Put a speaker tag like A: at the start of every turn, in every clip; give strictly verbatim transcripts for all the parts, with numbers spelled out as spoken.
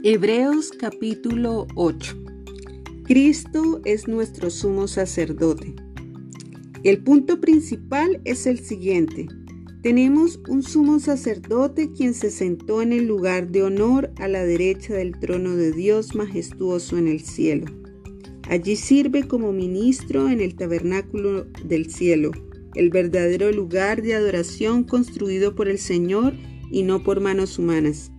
A: Hebreos capítulo ocho. Cristo es nuestro sumo sacerdote. El punto principal es el siguiente. Tenemos un sumo sacerdote quien se sentó en el lugar de honor a la derecha del trono de Dios majestuoso en el cielo. Allí sirve como ministro en el tabernáculo del cielo, el verdadero lugar de adoración construido por el Señor y no por manos humanas.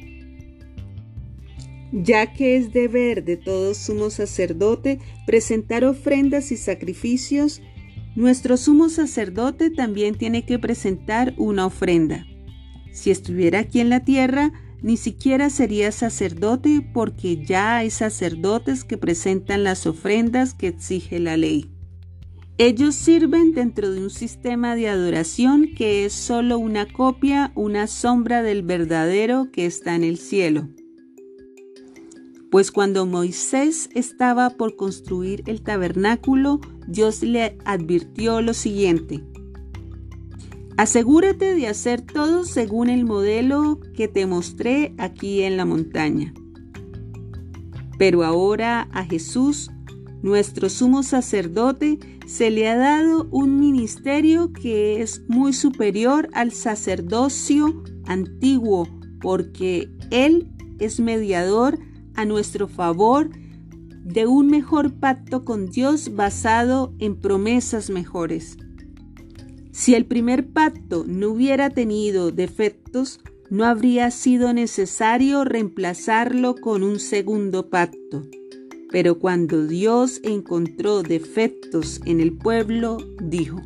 A: Ya que es deber de todo sumo sacerdote presentar ofrendas y sacrificios, nuestro sumo sacerdote también tiene que presentar una ofrenda. Si estuviera aquí en la tierra, ni siquiera sería sacerdote porque ya hay sacerdotes que presentan las ofrendas que exige la ley. Ellos sirven dentro de un sistema de adoración que es solo una copia, una sombra del verdadero que está en el cielo. Pues cuando Moisés estaba por construir el tabernáculo, Dios le advirtió lo siguiente: asegúrate de hacer todo según el modelo que te mostré aquí en la montaña. Pero ahora a Jesús, nuestro sumo sacerdote, se le ha dado un ministerio que es muy superior al sacerdocio antiguo, porque Él es mediador a nuestro favor de un mejor pacto con Dios basado en promesas mejores. Si el primer pacto no hubiera tenido defectos, no habría sido necesario reemplazarlo con un segundo pacto. Pero cuando Dios encontró defectos en el pueblo, dijo: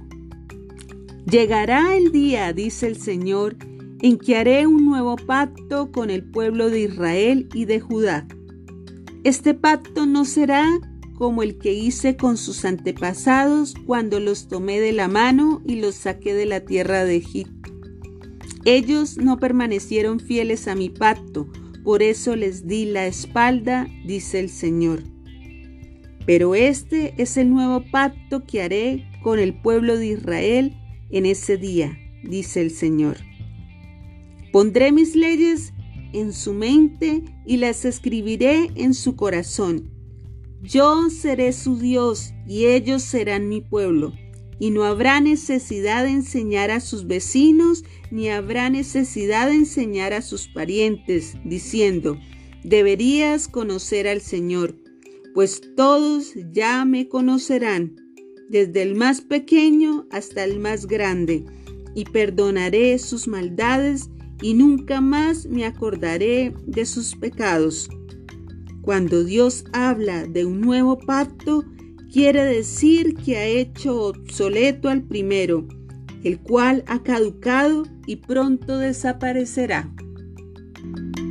A: llegará el día, dice el Señor, en que haré un nuevo pacto con el pueblo de Israel y de Judá. Este pacto no será como el que hice con sus antepasados cuando los tomé de la mano y los saqué de la tierra de Egipto. Ellos no permanecieron fieles a mi pacto, por eso les di la espalda, dice el Señor. Pero este es el nuevo pacto que haré con el pueblo de Israel en ese día, dice el Señor. Pondré mis leyes en su mente y las escribiré en su corazón. Yo seré su Dios y ellos serán mi pueblo, y no habrá necesidad de enseñar a sus vecinos, ni habrá necesidad de enseñar a sus parientes, diciendo: deberías conocer al Señor, pues todos ya me conocerán, desde el más pequeño hasta el más grande, y perdonaré sus maldades y nunca más me acordaré de sus pecados. Cuando Dios habla de un nuevo pacto, quiere decir que ha hecho obsoleto al primero, el cual ha caducado y pronto desaparecerá.